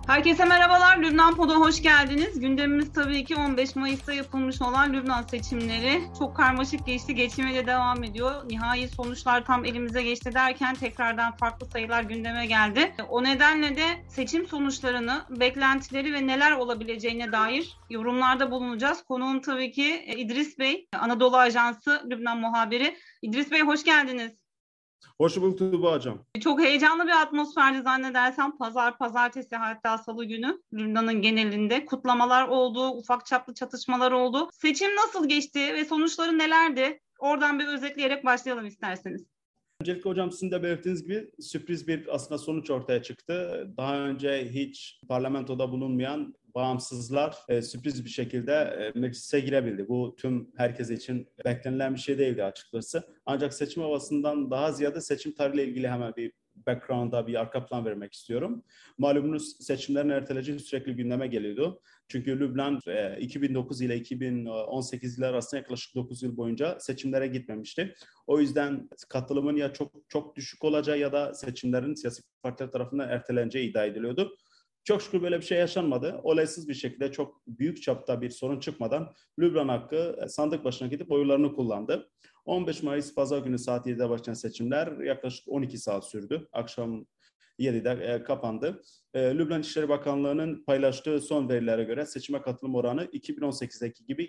Herkese merhabalar. Lübnan Pod'a hoş geldiniz. Gündemimiz tabii ki 15 Mayıs'ta yapılmış olan Lübnan seçimleri. Çok karmaşık geçti, geçmeye de devam ediyor. Nihai sonuçlar tam elimize geçti derken tekrardan farklı sayılar gündeme geldi. O nedenle de seçim sonuçlarını, beklentileri ve neler olabileceğine dair yorumlarda bulunacağız. Konuğum tabii ki İdris Bey, Anadolu Ajansı Lübnan muhabiri. İdris Bey hoş geldiniz. Hoş bulduk Tuğba Hocam. Çok heyecanlı bir atmosferdi zannedersem pazartesi hatta salı günü Lübnan'ın genelinde kutlamalar oldu, ufak çaplı çatışmalar oldu. Seçim nasıl geçti ve sonuçları nelerdi? Oradan bir özetleyerek başlayalım isterseniz. Öncelikle hocam sizin de belirttiğiniz gibi sürpriz bir aslında sonuç ortaya çıktı. Daha önce hiç parlamentoda bulunmayan bağımsızlar sürpriz bir şekilde meclise girebildi. Bu tüm herkes için beklenilen bir şey değildi açıkçası. Ancak seçim havasından daha ziyade seçim tarihiyle ilgili hemen bir background'a bir arka plan vermek istiyorum. Malumunuz seçimlerin erteleci sürekli gündeme geliyordu. Çünkü Lübnan 2009 ile 2018 yıl arasında yaklaşık 9 yıl boyunca seçimlere gitmemişti. O yüzden katılımın ya çok düşük olacağı ya da seçimlerin siyasi partiler tarafından erteleneceği iddia ediliyordu. Çok şükür böyle bir şey yaşanmadı. Olaysız bir şekilde çok büyük çapta bir sorun çıkmadan Lübnan halkı sandık başına gidip oylarını kullandı. 15 Mayıs Pazar günü saat 7'de başlayan seçimler yaklaşık 12 saat sürdü. Akşam 7'de kapandı. Lübnan İçişleri Bakanlığı'nın paylaştığı son verilere göre seçime katılım oranı 2018'deki gibi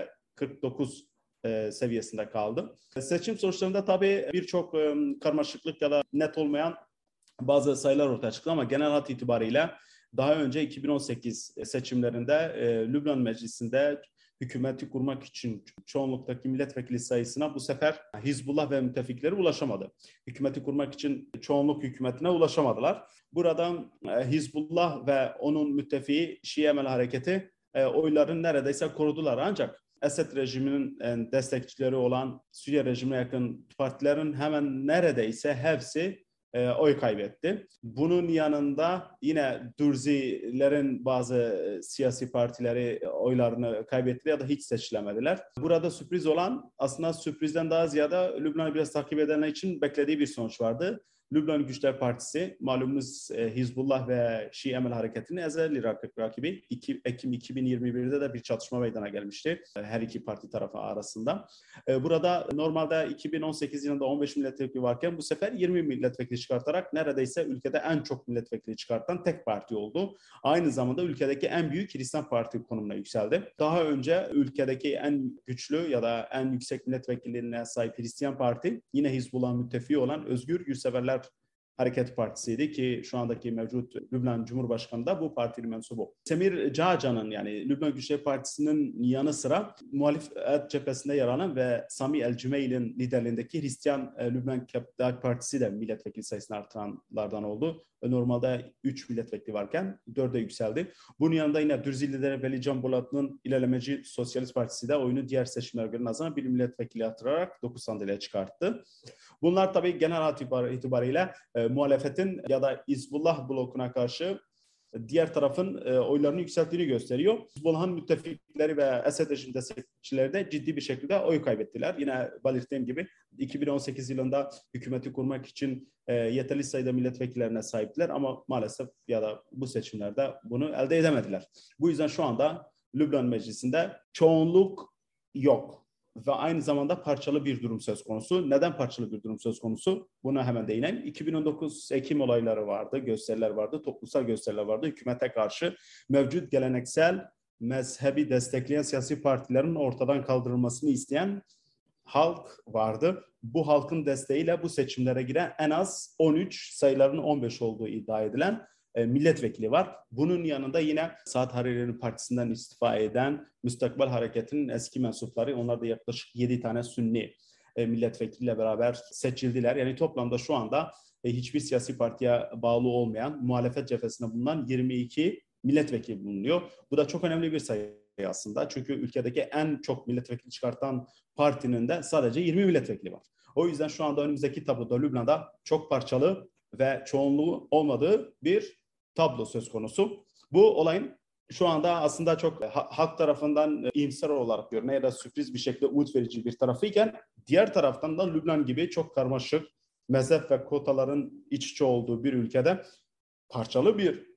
%49 seviyesinde kaldı. Seçim sonuçlarında tabii birçok karmaşıklık ya da net olmayan bazı sayılar ortaya çıktı ama genel hat itibariyle daha önce 2018 seçimlerinde Lübnan Meclisi'nde hükümeti kurmak için çoğunluktaki milletvekili sayısına bu sefer Hizbullah ve müttefikleri ulaşamadı. Hükümeti kurmak için çoğunluk hükümetine ulaşamadılar. Buradan Hizbullah ve onun müttefiği Şii Emel Hareketi oyların neredeyse korudular. Ancak Esed rejiminin destekçileri olan Suriye rejimine yakın partilerin hemen neredeyse hepsi oy kaybetti. Bunun yanında yine Dürzilerin bazı siyasi partileri oylarını kaybetti ya da hiç seçilemediler. Burada sürpriz olan aslında sürprizden daha ziyade Lübnan'ı biraz takip edenler için beklediği bir sonuç vardı. Lübnan Güçler Partisi, malumunuz Hizbullah ve Şii Emel Hareketi'nin ezeli rakibi. Ekim 2021'de de bir çatışma meydana gelmişti her iki parti tarafı arasında. Burada normalde 2018 yılında 15 milletvekili varken bu sefer 20 milletvekili çıkartarak neredeyse ülkede en çok milletvekili çıkartan tek parti oldu. Aynı zamanda ülkedeki en büyük Hristiyan Parti konumuna yükseldi. Daha önce ülkedeki en güçlü ya da en yüksek milletvekilliğine sahip Hristiyan Parti yine Hizbullah'ın müttefiği olan Özgür Yurtseverler Hareket Partisi'ydi ki şu andaki mevcut Lübnan Cumhurbaşkanı da bu partinin mensubu. Semir Cacan'ın yani Lübnan Güçleri Partisi'nin yanı sıra muhalefet cephesinde yer alan ve Sami El Cümeyl'in liderliğindeki Hristiyan Lübnan Kepdağ Partisi de milletvekili sayısını artıranlardan oldu. Normalde 3 milletvekili varken 4'e yükseldi. Bunun yanında yine Dürzi lideri Veli Can Bolat'ın ilerlemeci Sosyalist Partisi de oyunu diğer seçimlere göre nazaran bir milletvekili artırarak 9 sandalye çıkarttı. Bunlar tabii genel itibariyle muhalefetin ya da Hizbullah blokuna karşı diğer tarafın oylarını yükselttiğini gösteriyor. Hizbullah'ın müttefikleri ve Esed rejim destekçileri de ciddi bir şekilde oy kaybettiler. Yine belirttiğim gibi 2018 yılında hükümeti kurmak için yeterli sayıda milletvekillerine sahiptiler ama maalesef ya da bu seçimlerde bunu elde edemediler. Bu yüzden şu anda Lübnan Meclisi'nde çoğunluk yok. Ve aynı zamanda parçalı bir durum söz konusu. Neden parçalı bir durum söz konusu? Buna hemen değineyim. 2019 Ekim olayları vardı, gösteriler vardı, toplumsal gösteriler vardı. Hükümete karşı mevcut geleneksel mezhebi destekleyen siyasi partilerin ortadan kaldırılmasını isteyen halk vardı. Bu halkın desteğiyle bu seçimlere giren en az 13 sayılarının 15 olduğu iddia edilen milletvekili var. Bunun yanında yine Saad Hariri'nin partisinden istifa eden Müstakbel Hareketi'nin eski mensupları, onlar da yaklaşık 7 tane Sünni milletvekiliyle beraber seçildiler. Yani toplamda şu anda hiçbir siyasi partiye bağlı olmayan muhalefet cephesinde bulunan 22 milletvekili bulunuyor. Bu da çok önemli bir sayı aslında. Çünkü ülkedeki en çok milletvekili çıkartan partinin de sadece 20 milletvekili var. O yüzden şu anda önümüzdeki tabloda Lübnan'da çok parçalı ve çoğunluğu olmadığı bir tablo söz konusu. Bu olayın şu anda aslında çok halk tarafından iyimser olarak görünen ya da sürpriz bir şekilde umut verici bir tarafıyken diğer taraftan da Lübnan gibi çok karmaşık mezhep ve kotaların iç içe olduğu bir ülkede parçalı bir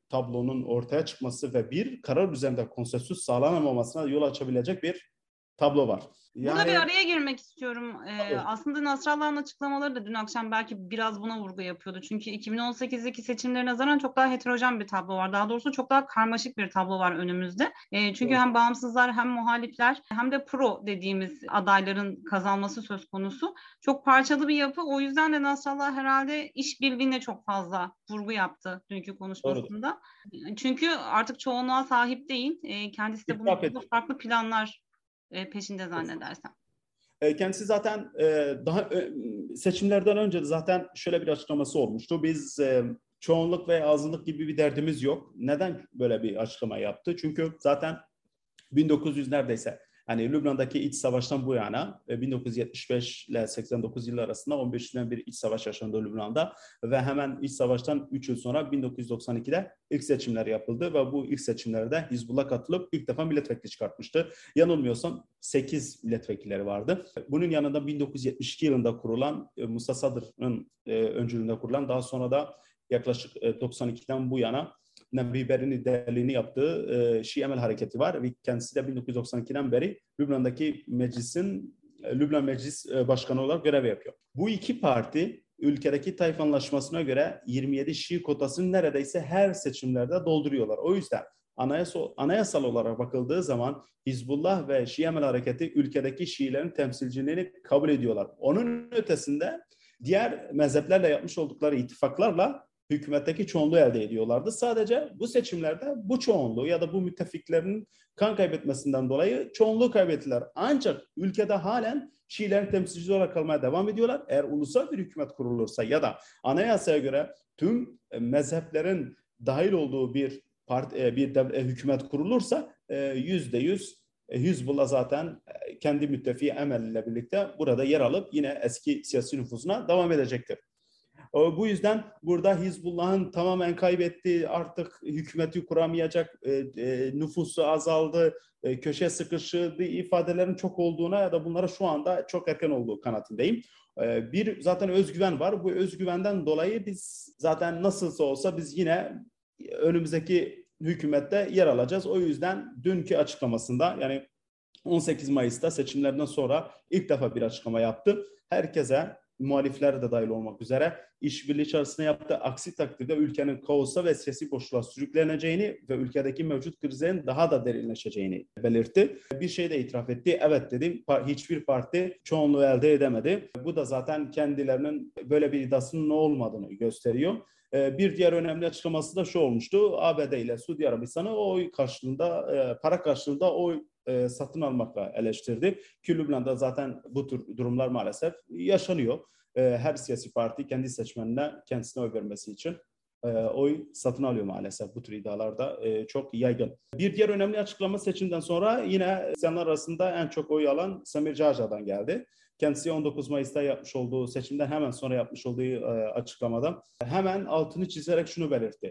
tablonun ortaya çıkması ve bir karar üzerinde konsensüs sağlanamamasına yol açabilecek bir tablo var. Burada bir Yani araya girmek istiyorum. tabii, Aslında Nasrallah'ın açıklamaları da dün akşam belki biraz buna vurgu yapıyordu. Çünkü 2018'deki seçimlere nazaran çok daha heterojen bir tablo var. Daha doğrusu çok daha karmaşık bir tablo var önümüzde. Çünkü doğru. hem bağımsızlar hem muhalifler hem de pro dediğimiz adayların kazanması söz konusu. Çok parçalı bir yapı. O yüzden de Nasrallah herhalde işbirliğine çok fazla vurgu yaptı dünkü Doğrudur. konuşmasında. Çünkü artık çoğunluğa sahip değil. Kendisi de İtiraf bunun etti. farklı planlar peşinde zannedersem. Kendisi zaten daha seçimlerden önce de zaten şöyle bir açıklaması olmuştu. Biz çoğunluk ve azınlık gibi bir derdimiz yok. Neden böyle bir açıklama yaptı? Çünkü zaten 1900 neredeyse hani Lübnan'daki iç savaştan bu yana 1975 ile 89 yılı arasında 15 yıldan bir iç savaş yaşandı Lübnan'da ve hemen iç savaştan 3 yıl sonra 1992'de ilk seçimler yapıldı ve bu ilk seçimlerde Hizbullah katılıp ilk defa milletvekili çıkartmıştı. Yanılmıyorsam 8 milletvekilleri vardı. Bunun yanında 1972 yılında kurulan Musa Sadr'ın öncülüğünde kurulan daha sonra da yaklaşık 92'den bu yana Nebi Berri'nin liderliğini yaptığı Şii Emel Hareketi var ve kendisi de 1992'den beri Lübnan'daki Lübnan Meclis Başkanı olarak görev yapıyor. Bu iki parti ülkedeki tayfa anlaşmasına göre 27 Şii kotasını neredeyse her seçimlerde dolduruyorlar. O yüzden anayasal olarak bakıldığı zaman Hizbullah ve Şii Emel Hareketi ülkedeki Şiilerin temsilciliğini kabul ediyorlar. Onun ötesinde diğer mezheplerle yapmış oldukları ittifaklarla hükümetteki çoğunluğu elde ediyorlardı. Sadece bu seçimlerde bu çoğunluğu ya da bu müttefiklerinin kan kaybetmesinden dolayı çoğunluğu kaybettiler. Ancak ülkede halen Şiilerin temsilcisi olarak kalmaya devam ediyorlar. Eğer ulusal bir hükümet kurulursa ya da anayasaya göre tüm mezheplerin dahil olduğu bir hükümet kurulursa %100 Hizbullah zaten kendi müttefiği Emel ile birlikte burada yer alıp yine eski siyasi nüfusuna devam edecektir. Bu yüzden burada Hizbullah'ın tamamen kaybettiği, artık hükümeti kuramayacak, nüfusu azaldı, köşe sıkıştığı ifadelerin çok olduğuna ya da bunlara şu anda çok erken olduğu kanaatindeyim. Bir zaten özgüven var. Bu özgüvenden dolayı biz zaten nasılsa olsa biz yine önümüzdeki hükümette yer alacağız. O yüzden dünkü açıklamasında yani 18 Mayıs'ta seçimlerden sonra ilk defa bir açıklama yaptı. Herkese, muhalifler de dahil olmak üzere işbirliği içerisinde yaptı. Aksi takdirde ülkenin kaosa ve siyasi boşluğa sürükleneceğini ve ülkedeki mevcut krizlerin daha da derinleşeceğini belirtti. Bir şey de itiraf etti. Evet dedim, hiçbir parti çoğunluğu elde edemedi. Bu da zaten kendilerinin böyle bir iddiasının ne olmadığını gösteriyor. Bir diğer önemli açıklaması da şu olmuştu. ABD ile Suudi Arabistan'ı oy karşılığında, para karşılığında oy satın almakla eleştirdi. Ki Lübnan'da zaten bu tür durumlar maalesef yaşanıyor. Her siyasi parti kendi seçmenine kendisine oy vermesi için oy satın alıyor maalesef. Bu tür iddialar da çok yaygın. Bir diğer önemli açıklama seçimden sonra yine isyanlar arasında en çok oy alan Samir Caja'dan geldi. Kendisi 19 Mayıs'ta yapmış olduğu seçimden hemen sonra yapmış olduğu açıklamada hemen altını çizerek şunu belirtti.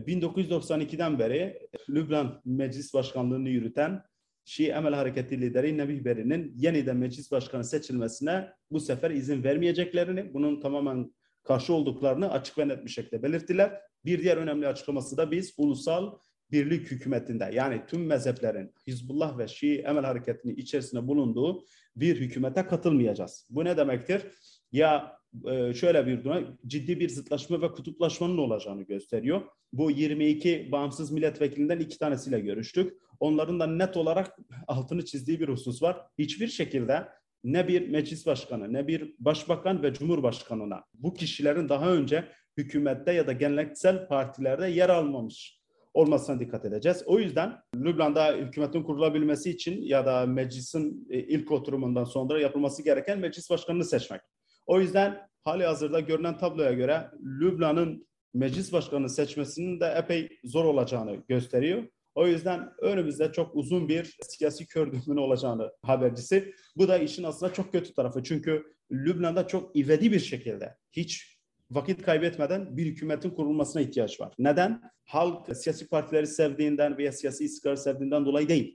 1992'den beri Lübnan Meclis Başkanlığı'nı yürüten Şii Emel Hareketi lideri Nebi Berri'nin yeniden meclis başkanı seçilmesine bu sefer izin vermeyeceklerini, bunun tamamen karşı olduklarını açık ve net bir şekilde belirttiler. Bir diğer önemli açıklaması da biz ulusal birlik hükümetinde yani tüm mezheplerin Hizbullah ve Şii Emel Hareketi'nin içerisinde bulunduğu bir hükümete katılmayacağız. Bu ne demektir? Ya şöyle bir durum, ciddi bir zıtlaşma ve kutuplaşmanın olacağını gösteriyor. Bu 22 bağımsız milletvekilinden 2 tanesiyle görüştük. Onların da net olarak altını çizdiği bir husus var. Hiçbir şekilde ne bir meclis başkanı, ne bir başbakan ve cumhurbaşkanına bu kişilerin daha önce hükümette ya da geleneksel partilerde yer almamış olmasına dikkat edeceğiz. O yüzden Lübnan'da hükümetin kurulabilmesi için ya da meclisin ilk oturumundan sonra yapılması gereken meclis başkanını seçmek. O yüzden hali hazırda görünen tabloya göre Lübnan'ın meclis başkanını seçmesinin de epey zor olacağını gösteriyor. O yüzden önümüzde çok uzun bir siyasi kör düğümünün olacağını habercisi. Bu da işin aslında çok kötü tarafı. Çünkü Lübnan'da çok ivedi bir şekilde hiç vakit kaybetmeden bir hükümetin kurulmasına ihtiyaç var. Neden? Halk siyasi partileri sevdiğinden veya siyasi istikrarı sevdiğinden dolayı değil.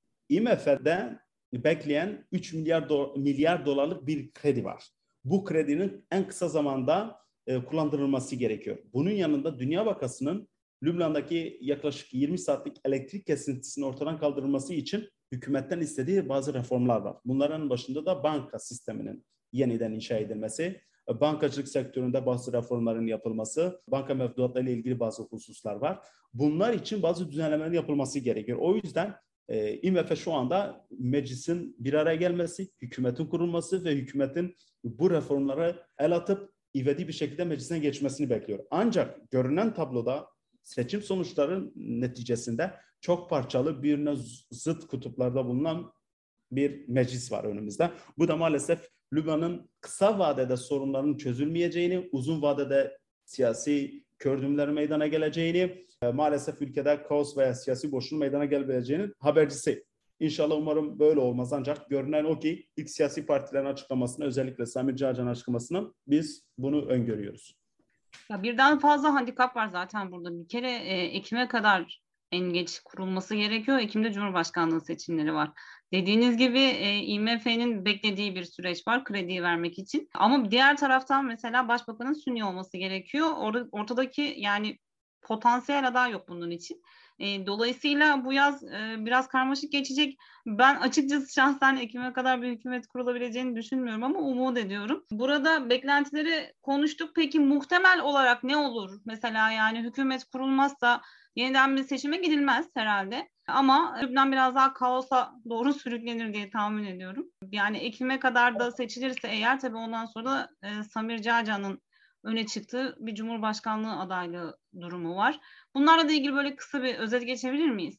IMF'de bekleyen 3 milyar dolarlık bir kredi var. Bu kredinin en kısa zamanda kullandırılması gerekiyor. Bunun yanında Dünya Bankası'nın Lübnan'daki yaklaşık 20 saatlik elektrik kesintisinin ortadan kaldırılması için hükümetten istediği bazı reformlar var. Bunların başında da banka sisteminin yeniden inşa edilmesi, bankacılık sektöründe bazı reformların yapılması, banka mevduatlarıyla ilgili bazı hususlar var. Bunlar için bazı düzenlemelerin yapılması gerekiyor. O yüzden IMF şu anda meclisin bir araya gelmesi, hükümetin kurulması ve hükümetin bu reformlara el atıp ivedi bir şekilde meclisten geçmesini bekliyor. Ancak görünen tabloda seçim sonuçlarının neticesinde çok parçalı, birbirine zıt kutuplarda bulunan bir meclis var önümüzde. Bu da maalesef Lübnan'ın kısa vadede sorunlarının çözülmeyeceğini, uzun vadede siyasi kördümlerin meydana geleceğini, maalesef ülkede kaos veya siyasi boşluğun meydana gelebileceğinin habercisi. İnşallah umarım böyle olmaz, ancak görünen o ki ilk siyasi partilerin açıklamasını, özellikle Samir Cacan'ın açıklamasını biz bunu öngörüyoruz. Ya birden fazla handikap var zaten burada. Bir kere Ekim'e kadar en geç kurulması gerekiyor. Ekim'de Cumhurbaşkanlığı seçimleri var. Dediğiniz gibi IMF'nin beklediği bir süreç var krediyi vermek için. Ama diğer taraftan mesela Başbakanın Sünni olması gerekiyor. Ortadaki yani potansiyel aday yok bunun için. Dolayısıyla bu yaz biraz karmaşık geçecek. Ben açıkçası şahsen Ekim'e kadar bir hükümet kurulabileceğini düşünmüyorum ama umut ediyorum. Burada beklentileri konuştuk. Peki muhtemel olarak ne olur? Mesela yani hükümet kurulmazsa yeniden bir seçime gidilmez herhalde. Ama Lübnan biraz daha kaosa doğru sürüklenir diye tahmin ediyorum. Yani Ekim'e kadar da seçilirse eğer tabii ondan sonra Samir Cacan'ın öne çıktığı bir Cumhurbaşkanlığı adaylığı durumu var. Bunlarla da ilgili böyle kısa bir özet geçebilir miyiz?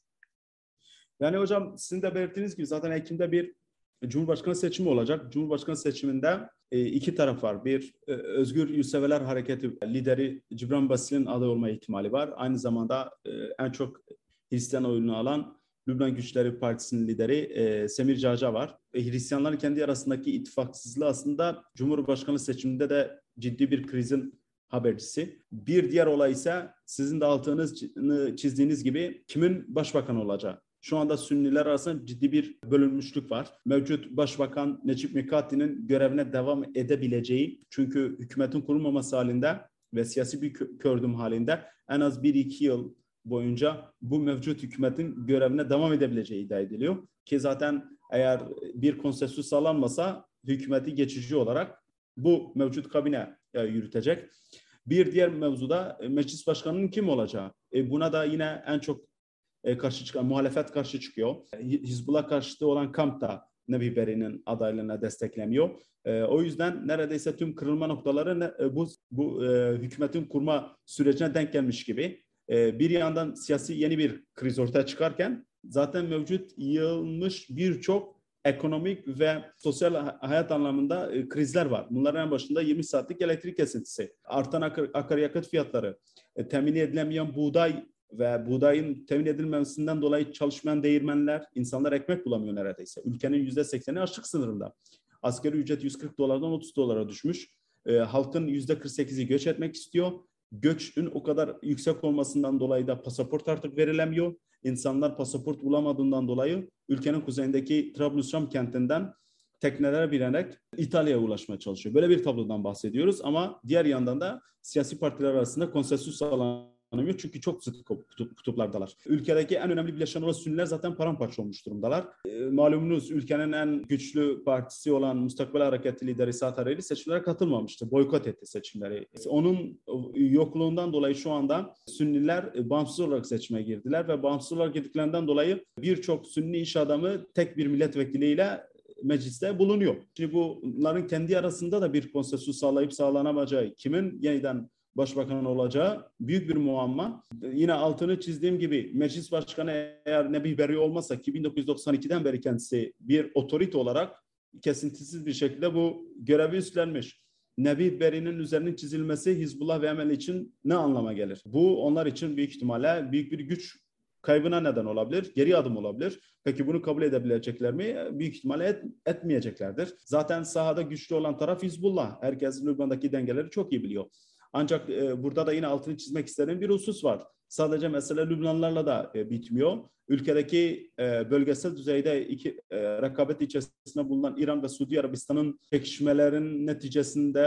Yani hocam sizin de belirttiğiniz gibi zaten Ekim'de bir Cumhurbaşkanı seçimi olacak. Cumhurbaşkanı seçiminde iki taraf var. Bir, Özgür Yurtseverler Hareketi lideri Cibran Basil'in aday olma ihtimali var. Aynı zamanda en çok Hristiyan oyunu alan Lübnan Güçleri Partisi'nin lideri Semir Caca var. Hristiyanların kendi arasındaki ittifaksızlığı aslında Cumhurbaşkanı seçiminde de ciddi bir krizin habercisi. Bir diğer olay ise sizin de altını çizdiğiniz gibi kimin başbakan olacağı. Şu anda Sünniler arasında ciddi bir bölünmüşlük var. Mevcut Başbakan Necip Mikati'nin görevine devam edebileceği, çünkü hükümetin kurulmaması halinde ve siyasi bir kördüm halinde en az 1-2 yıl boyunca bu mevcut hükümetin görevine devam edebileceği iddia ediliyor. Ki zaten eğer bir konsensüs sağlanmasa hükümeti geçici olarak bu mevcut kabine yürütecek. Bir diğer mevzuda meclis başkanının kim olacağı. Buna da yine en çok karşı çıkan muhalefet karşı çıkıyor. Hizbullah karşıtı olan kamp da Nebi Berri'nin adaylığına desteklemiyor. O yüzden neredeyse tüm kırılma noktaları bu hükümetin kurma sürecine denk gelmiş gibi. Bir yandan siyasi yeni bir kriz ortaya çıkarken zaten mevcut yığılmış birçok ekonomik ve sosyal hayat anlamında krizler var. Bunların en başında 20 saatlik elektrik kesintisi, artan akaryakıt fiyatları, temin edilemeyen buğday ve buğdayın temin edilmemesinden dolayı çalışmayan değirmenler, insanlar ekmek bulamıyor neredeyse. Ülkenin %80'i açlık sınırında. Asgari ücret 140 dolardan 30 dolara düşmüş. Halkın %48'i göç etmek istiyor. Göçün o kadar yüksek olmasından dolayı da pasaport artık verilemiyor. İnsanlar pasaport bulamadığından dolayı ülkenin kuzeyindeki Trablusgarp kentinden teknelere binerek İtalya'ya ulaşmaya çalışıyor. Böyle bir tablodan bahsediyoruz ama diğer yandan da siyasi partiler arasında konsensüs sağlanamıyor. Çünkü çok zıt kutuplardalar. Ülkedeki en önemli bileşen olan Sünniler zaten paramparça olmuş durumdalar. Malumunuz ülkenin en güçlü partisi olan Müstakbel Hareketi lideri Saad Hariri seçimlere katılmamıştı. Boykot etti seçimleri. Onun yokluğundan dolayı şu anda Sünniler bağımsız olarak seçime girdiler ve bağımsız olarak girdiklerinden dolayı birçok Sünni iş adamı tek bir milletvekiliyle mecliste bulunuyor. Şimdi bunların kendi arasında da bir konsensüs sağlayıp sağlanamayacağı, kimin yeniden başbakan olacağı büyük bir muamma. Yine altını çizdiğim gibi meclis başkanı eğer Nebi Berri olmasa ki 1992'den beri kendisi bir otorite olarak kesintisiz bir şekilde bu görevi üstlenmiş. Nebi Berri'nin üzerinin çizilmesi Hizbullah ve Emel için ne anlama gelir? Bu onlar için büyük ihtimalle büyük bir güç kaybına neden olabilir, geri adım olabilir. Peki bunu kabul edebilecekler mi? Büyük ihtimalle etmeyeceklerdir. Zaten sahada güçlü olan taraf Hizbullah. Herkes Lübnan'daki dengeleri çok iyi biliyor. Ancak burada da yine altını çizmek istediğim bir husus var. Sadece mesele Lübnanlarla da bitmiyor. Ülkedeki bölgesel düzeyde rekabet içerisinde bulunan İran ve Suudi Arabistan'ın çekişmelerin neticesinde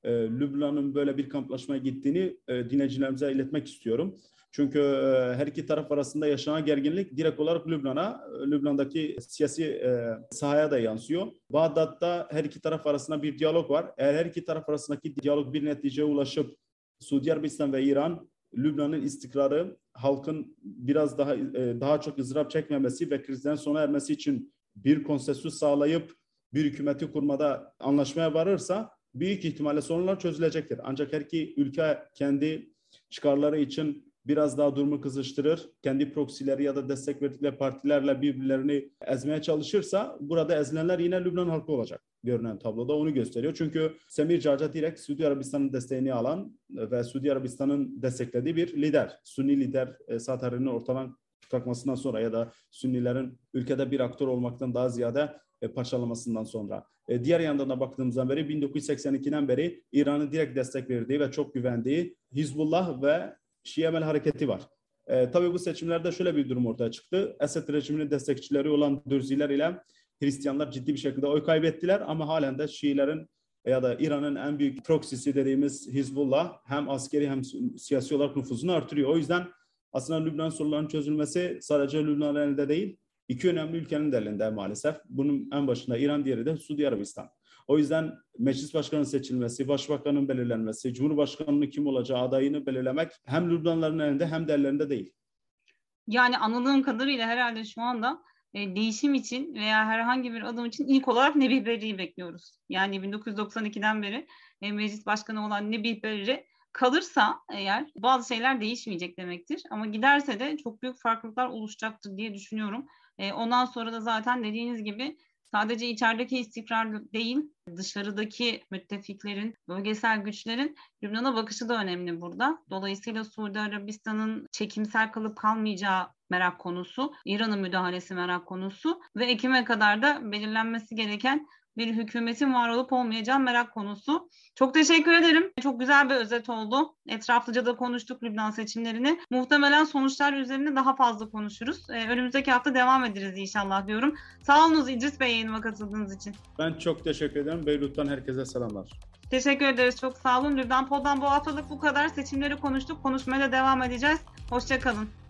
Lübnan'ın böyle bir kamplaşmaya gittiğini dinleyicilerimize iletmek istiyorum. Çünkü her iki taraf arasında yaşanan gerginlik direkt olarak Lübnan'daki siyasi sahaya da yansıyor. Bağdat'ta her iki taraf arasında bir diyalog var. Eğer her iki taraf arasındaki diyalog bir neticeye ulaşıp Suudi Arabistan ve İran, Lübnan'ın istikrarı, halkın biraz daha çok ızdırap çekmemesi ve krizden sona ermesi için bir konsensüs sağlayıp bir hükümeti kurmada anlaşmaya varırsa büyük ihtimalle sorunlar çözülecektir. Ancak her iki ülke kendi çıkarları için biraz daha durumu kızıştırır, kendi proksileri ya da destek verdikleri partilerle birbirlerini ezmeye çalışırsa burada ezilenler yine Lübnan halkı olacak. Görünen tabloda onu gösteriyor. Çünkü Semir Caca direkt Suudi Arabistan'ın desteğini alan ve Suudi Arabistan'ın desteklediği bir lider. Sünni lider Saad Hariri'nin ortadan kalkmasından sonra ya da Sünnilerin ülkede bir aktör olmaktan daha ziyade parçalamasından sonra. Diğer yandan da baktığımızdan beri 1982'den beri İran'ın direkt destek verdiği ve çok güvendiği Hizbullah ve Şii Emel Hareketi var. Tabii bu seçimlerde şöyle bir durum ortaya çıktı. Esed rejiminin destekçileri olan Dürziler ile Hristiyanlar ciddi bir şekilde oy kaybettiler ama halen de Şiilerin ya da İran'ın en büyük proksisi dediğimiz Hizbullah hem askeri hem siyasi olarak nüfuzunu artırıyor. O yüzden aslında Lübnan sorunlarının çözülmesi sadece Lübnan'ın elinde değil, iki önemli ülkenin de elinde maalesef. Bunun en başında İran, diğeri de Suudi Arabistan. O yüzden meclis başkanının seçilmesi, başbakanın belirlenmesi, cumhurbaşkanının kim olacağı adayını belirlemek hem Lübnanların elinde hem de ellerinde değil. Yani anladığım kadarıyla herhalde şu anda değişim için veya herhangi bir adım için ilk olarak Nebih Berri'yi bekliyoruz. Yani 1992'den beri meclis başkanı olan Nebih Berri kalırsa eğer bazı şeyler değişmeyecek demektir. Ama giderse de çok büyük farklılıklar oluşacaktır diye düşünüyorum. Ondan sonra da zaten dediğiniz gibi sadece içerideki istikrar değil, dışarıdaki müttefiklerin, bölgesel güçlerin Lübnan'a bakışı da önemli burada. Dolayısıyla Suudi Arabistan'ın çekimsel kalıp kalmayacağı merak konusu, İran'ın müdahalesi merak konusu ve Ekim'e kadar da belirlenmesi gereken bir hükümetin var olup olmayacağı merak konusu. Çok teşekkür ederim. Çok güzel bir özet oldu. Etraflıca da konuştuk Lübnan seçimlerini. Muhtemelen sonuçlar üzerine daha fazla konuşuruz. Önümüzdeki hafta devam ederiz inşallah diyorum. Sağ olunuz İdris Bey yayınıma katıldığınız için. Ben çok teşekkür ederim. Beyrut'tan herkese selamlar. Teşekkür ederiz. Çok sağ olun. Lübnan Pod'dan bu haftalık bu kadar. Seçimleri konuştuk. Konuşmaya da devam edeceğiz. Hoşça kalın.